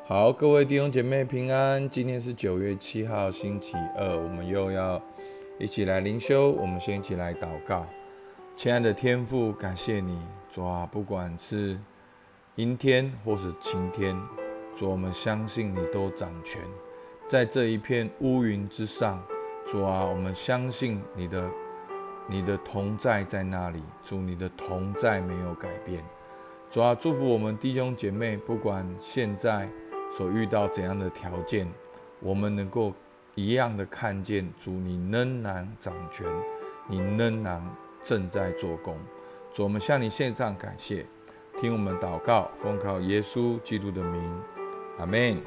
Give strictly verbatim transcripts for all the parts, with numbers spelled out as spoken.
好，各位弟兄姐妹平安。今天是九月七号，星期二，我们又要一起来灵修。我们先一起来祷告。亲爱的天父，感谢你，主啊，不管是阴天或是晴天，主，我们相信你都掌权。在这一片乌云之上，主啊，我们相信你的你的同在在那里，主，你的同在没有改变。主啊，祝福我们弟兄姐妹，不管现在所遇到怎样的条件，我们能够一样的看见主，你仍然掌权，你仍然正在做工。主，我们向你献上感谢，听我们祷告，奉靠耶稣基督的名，阿们。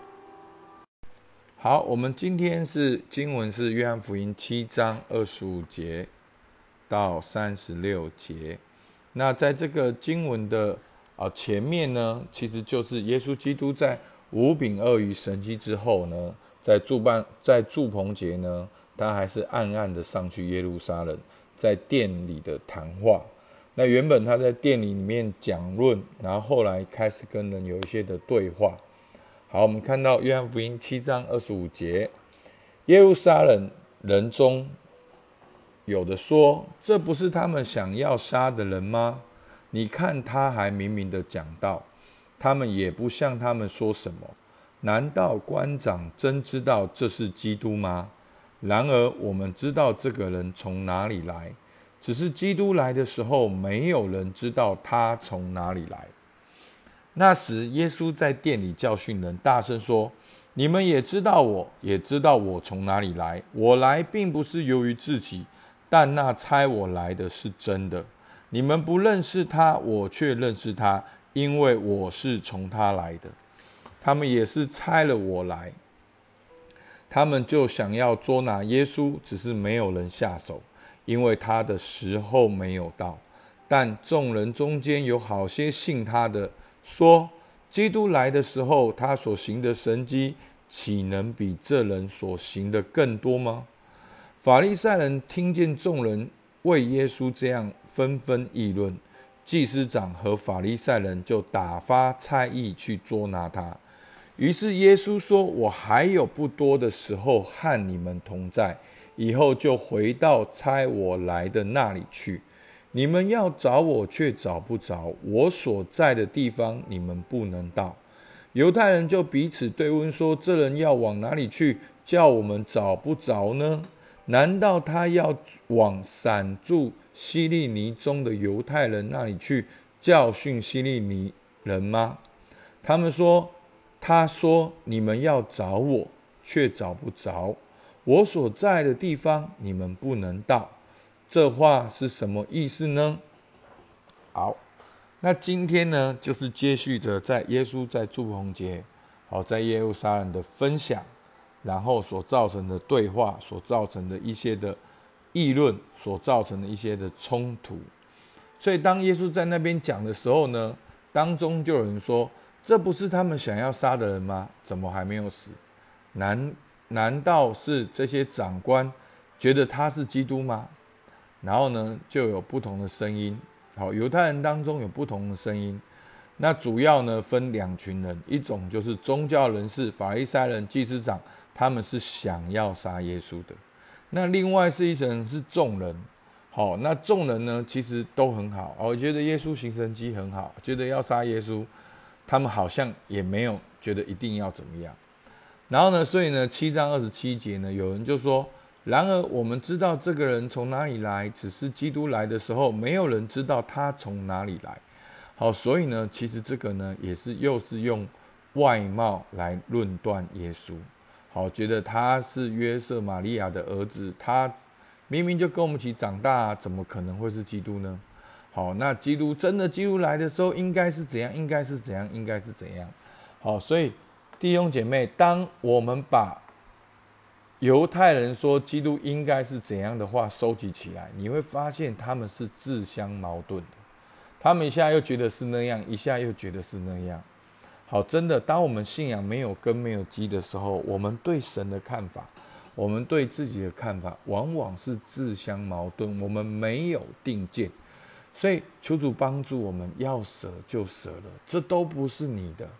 好，我们今天是经文是约翰福音七章二十五节到三十六节。那在这个经文的啊前面呢，其实就是耶稣基督在五饼二鱼神迹之后呢，在住办在住棚节呢，他还是暗暗的上去耶路撒冷，在店里的谈话。那原本他在店里里面讲论，然后后来开始跟人有一些的对话。好，我们看到约翰福音七章二十五节，耶路撒冷人中有的说，这不是他们想要杀的人吗？你看他还明明的讲道，他们也不向他们说什么。难道官长真知道这是基督吗？然而我们知道这个人从哪里来，只是基督来的时候，没有人知道他从哪里来。那时耶稣在店里教训人，大声说，你们也知道我，也知道我从哪里来。我来并不是由于自己，但那差我来的是真的。你们不认识他，我却认识他，因为我是从他来的。他们也是差了我来，他们就想要捉拿耶稣，只是没有人下手，因为他的时候没有到。但众人中间有好些信他的，说基督来的时候，他所行的神迹，岂能比这人所行的更多吗？法利赛人听见众人为耶稣这样纷纷议论，祭司长和法利赛人就打发差役去捉拿他。于是耶稣说，我还有不多的时候和你们同在，以后就回到差我来的那里去。你们要找我，却找不着，我所在的地方你们不能到。犹太人就彼此对问说，这人要往哪里去，叫我们找不着呢？难道他要往散住希利尼中的犹太人那里去，教训希利尼人吗？他们说，他说，你们要找我，却找不着，我所在的地方你们不能到。这话是什么意思呢？好，那今天呢，就是接续着在耶稣在住棚节，好，在耶路撒冷的分享，然后所造成的对话，所造成的一些的议论，所造成的一些的冲突。所以当耶稣在那边讲的时候呢，当中就有人说，这不是他们想要杀的人吗？怎么还没有死？难难道是这些长官觉得他是基督吗？然后呢，就有不同的声音。好，犹太人当中有不同的声音。那主要呢分两群人，一种就是宗教人士、法利赛人、祭司长，他们是想要杀耶稣的。那另外是一层是众人。好，那众人呢其实都很好，我觉得耶稣行神迹很好，觉得要杀耶稣，他们好像也没有觉得一定要怎么样。然后呢，所以呢，七章二十七节呢，有人就说，然而我们知道这个人从哪里来，只是基督来的时候，没有人知道他从哪里来。好，所以呢，其实这个呢，也是又是用外貌来论断耶稣。好，觉得他是约瑟玛利亚的儿子，他明明就跟我们一起长大，怎么可能会是基督呢？好，那基督真的基督来的时候，应该是怎样？应该是怎样？应该是怎样？好，所以弟兄姐妹，当我们把犹太人说基督应该是怎样的话收集起来，你会发现他们是自相矛盾的。他们一下又觉得是那样，一下又觉得是那样。好，真的，当我们信仰没有根没有基的时候，我们对神的看法，我们对自己的看法，往往是自相矛盾，我们没有定见。所以求主帮助我们，要舍就舍了，这都不是你的。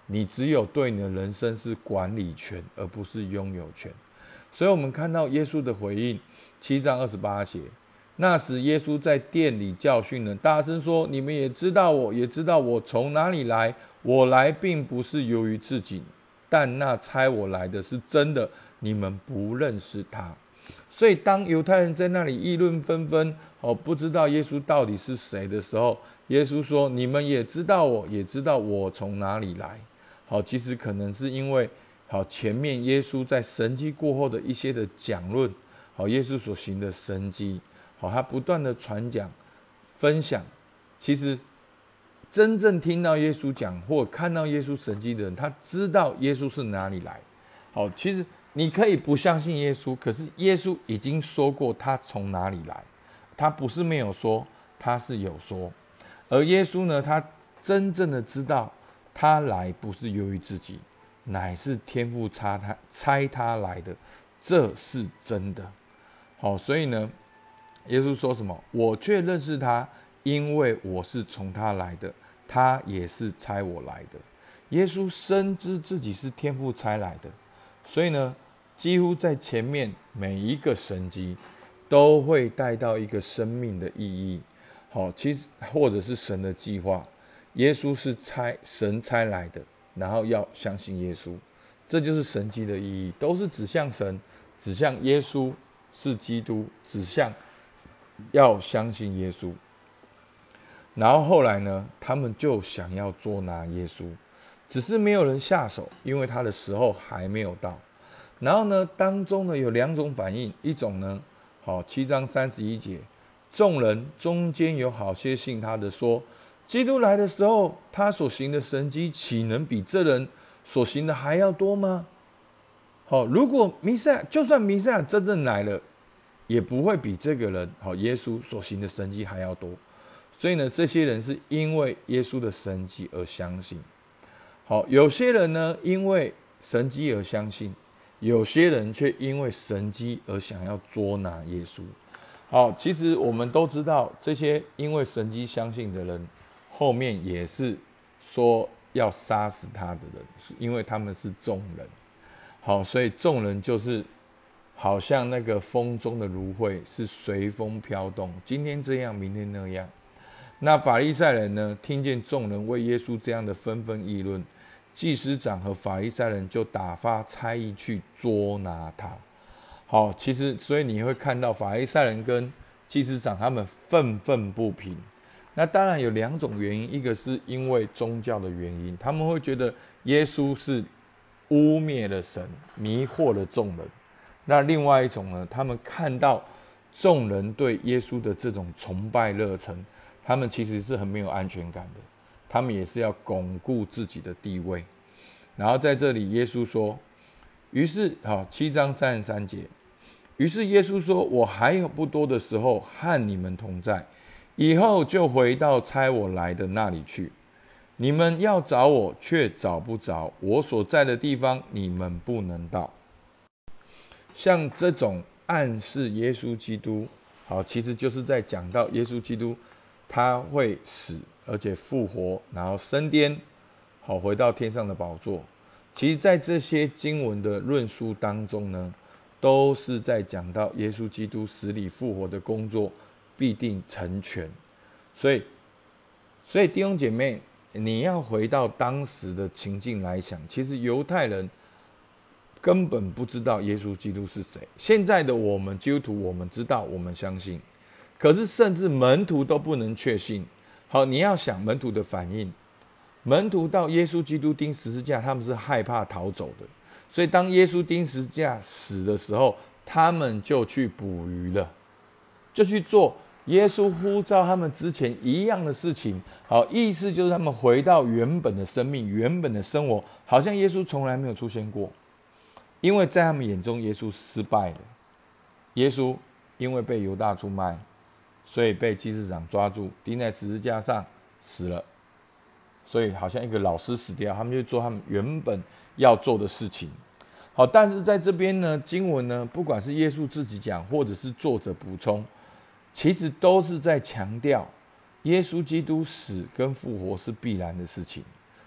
你只有对你的人生是管理权，而不是拥有权。所以我们看到耶稣的回应，七章二十八节。那时耶稣在殿里教训人，大声说：你们也知道我，也知道我从哪里来。我来并不是由于自己，但那差我来的是真的，你们不认识他。所以当犹太人在那里议论纷纷，哦，不知道耶稣到底是谁的时候，耶稣说：你们也知道我，也知道我从哪里来。好，其实可能是因为好前面耶稣在神迹过后的一些的讲论，好耶稣所行的神迹，好他不断的传讲分享。其实真正听到耶稣讲或看到耶稣神迹的人，他知道耶稣是哪里来。好，其实你可以不相信耶稣，可是耶稣已经说过他从哪里来，他不是没有说，他是有说。而耶稣呢，他真正的知道他来不是由于自己，乃是天父差他差他来的，这是真的。好，所以呢，耶稣说什么？我却认识他，因为我是从他来的，他也是差我来的。耶稣深知自己是天父差来的，所以呢，几乎在前面每一个神迹都会带到一个生命的意义。好，其实或者是神的计划。耶稣是差神差来的，然后要相信耶稣，这就是神迹的意义，都是指向神，指向耶稣是基督，指向要相信耶稣。然后后来呢，他们就想要捉拿耶稣，只是没有人下手，因为他的时候还没有到。然后呢，当中呢有两种反应，一种呢，好，七章三十一节，众人中间有好些信他的说，基督来的时候，他所行的神迹，岂能比这人所行的还要多吗？好，如果弥赛亚，就算弥赛亚真正来了，也不会比这个人，好，耶稣所行的神迹还要多。所以呢，这些人是因为耶稣的神迹而相信。好，有些人呢，因为神迹而相信，有些人却因为神迹而想要捉拿耶稣。好，其实我们都知道，这些因为神迹相信的人，后面也是说要杀死他的人，因为他们是众人。好，所以众人就是好像那个风中的芦荟，是随风飘动，今天这样，明天那样。那法利赛人呢，听见众人为耶稣这样的纷纷议论，祭司长和法利赛人就打发差役去捉拿他。好，其实所以你会看到法利赛人跟祭司长他们愤愤不平。那当然有两种原因，一个是因为宗教的原因，他们会觉得耶稣是污蔑了神，迷惑了众人。那另外一种呢，他们看到众人对耶稣的这种崇拜热忱，他们其实是很没有安全感的，他们也是要巩固自己的地位。然后在这里耶稣说，于是好七章三十三节，于是耶稣说，我还有不多的时候和你们同在，以后就回到差我来的那里去。你们要找我，却找不着，我所在的地方，你们不能到。像这种暗示耶稣基督，好，其实就是在讲到耶稣基督他会死，而且复活，然后升天，好，回到天上的宝座。其实在这些经文的论述当中呢，都是在讲到耶稣基督死里复活的工作必定成全。所以所以弟兄姐妹，你要回到当时的情境来想，其实犹太人根本不知道耶稣基督是谁。现在的我们基督徒，我们知道，我们相信，可是甚至门徒都不能确信。好，你要想门徒的反应，门徒到耶稣基督钉十字架，他们是害怕逃走的，所以当耶稣钉十字架死的时候，他们就去捕鱼了，就去做耶稣呼召他们之前一样的事情。好，意思就是他们回到原本的生命，原本的生活，好像耶稣从来没有出现过。因为在他们眼中，耶稣失败了。耶稣因为被犹大出卖，所以被祭司长抓住，钉在十字架上死了。所以好像一个老师死掉，他们就做他们原本要做的事情。好，但是在这边呢，经文呢，不管是耶稣自己讲，或者是作者补充，其实都是在强调耶稣基督死跟复活是必然的事情。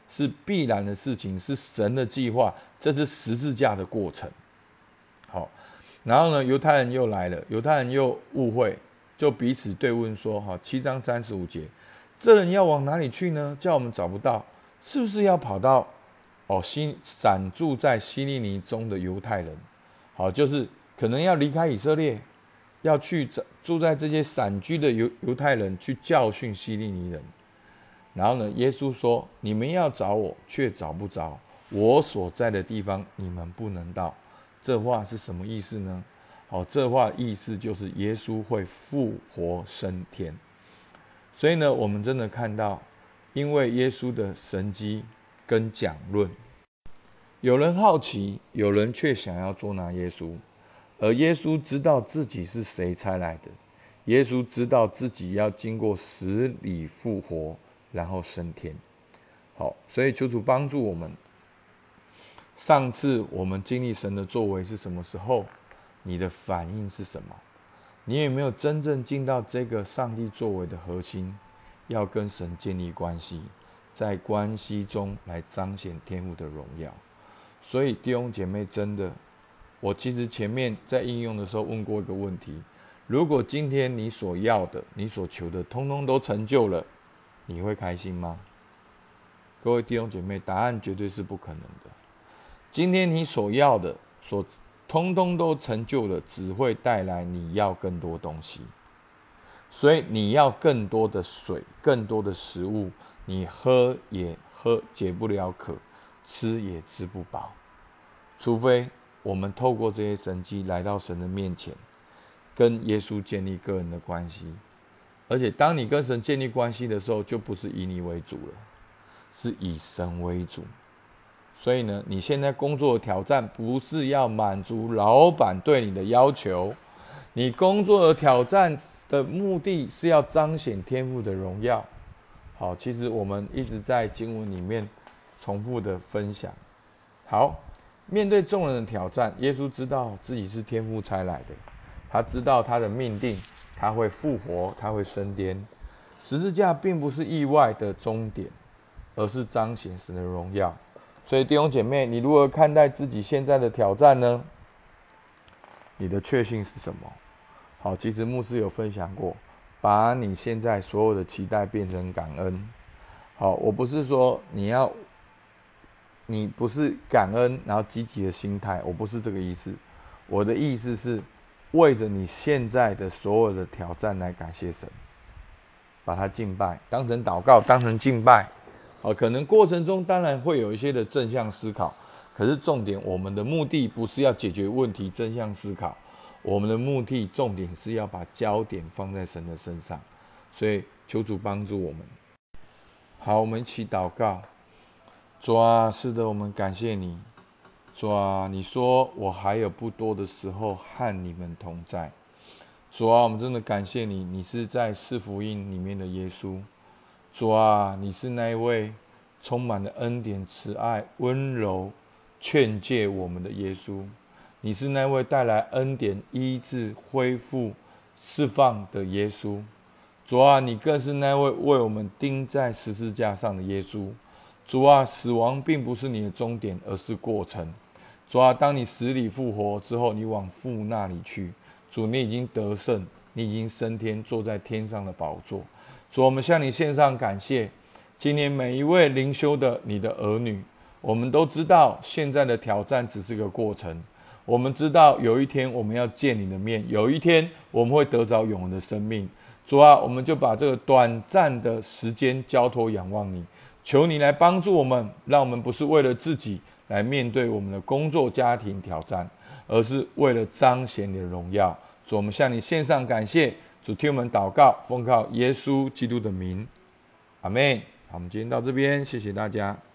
是必然的事情，是神的计划，这是十字架的过程。好，然后呢，犹太人又来了，犹太人又误会，就彼此对问说：哈，七章三十五节，这人要往哪里去呢？叫我们找不到，是不是要跑到哦西散住在希利尼中的犹太人？好，就是可能要离开以色列，要去住在这些散居的犹犹太人，去教训希利尼人。然后呢，耶稣说：你们要找我，却找不着，我所在的地方，你们不能到。这话是什么意思呢？好，这话意思就是耶稣会复活升天。所以呢，我们真的看到，因为耶稣的神迹跟讲论，有人好奇，有人却想要捉拿耶稣，而耶稣知道自己是谁差来的。耶稣知道自己要经过死里复活，然后升天。好，所以求主帮助我们。上次我们经历神的作为是什么时候？你的反应是什么？你有没有真正进到这个上帝作为的核心？要跟神建立关系，在关系中来彰显天父的荣耀。所以弟兄姐妹，真的，我其实前面在应用的时候问过一个问题：如果今天你所要的、你所求的，通通都成就了，你会开心吗？各位弟兄姐妹，答案绝对是不可能的。今天你所要的、所通通都成就了，只会带来你要更多东西。所以你要更多的水，更多的食物，你喝也喝解不了渴，吃也吃不饱。除非我们透过这些神迹来到神的面前，跟耶稣建立个人的关系。而且当你跟神建立关系的时候，就不是以你为主了，是以神为主。所以呢，你现在工作的挑战不是要满足老板对你的要求，你工作的挑战的目的是要彰显天父的荣耀。好，其实我们一直在经文里面重复的分享。好，面对众人的挑战，耶稣知道自己是天父差来的，他知道他的命定，他会复活，他会升天。十字架并不是意外的终点，而是彰显神的荣耀。所以弟兄姐妹，你如何看待自己现在的挑战呢？你的确信是什么？好，其实牧师有分享过，把你现在所有的期待变成感恩。好，我不是说你要，你不是感恩然后积极的心态，我不是这个意思。我的意思是，为着你现在的所有的挑战来感谢神，把它敬拜，当成祷告，当成敬拜。好，可能过程中当然会有一些的正向思考，可是重点，我们的目的不是要解决问题，正向思考，我们的目的重点是要把焦点放在神的身上。所以求主帮助我们。好，我们一起祷告。主啊，是的，我们感谢你。主啊，你说我还有不多的时候和你们同在。主啊，我们真的感谢你，你是在四福音里面的耶稣。主啊，你是那一位充满了恩典、慈爱、温柔、劝诫我们的耶稣。你是那位带来恩典、医治、恢复、释放的耶稣。主啊，你更是那位为我们钉在十字架上的耶稣。主啊，死亡并不是你的终点，而是过程。主啊，当你死里复活之后，你往父那里去。主，你已经得胜，你已经升天，坐在天上的宝座。主，我们向你献上感谢。今年每一位灵修的你的儿女，我们都知道现在的挑战只是个过程。我们知道有一天我们要见你的面，有一天我们会得着永恒的生命。主啊，我们就把这个短暂的时间交托仰望你，求你来帮助我们，让我们不是为了自己来面对我们的工作、家庭挑战，而是为了彰显你的荣耀。主，我们向你献上感谢。主，听我们祷告，奉靠耶稣基督的名，阿们。好，我们今天到这边，谢谢大家。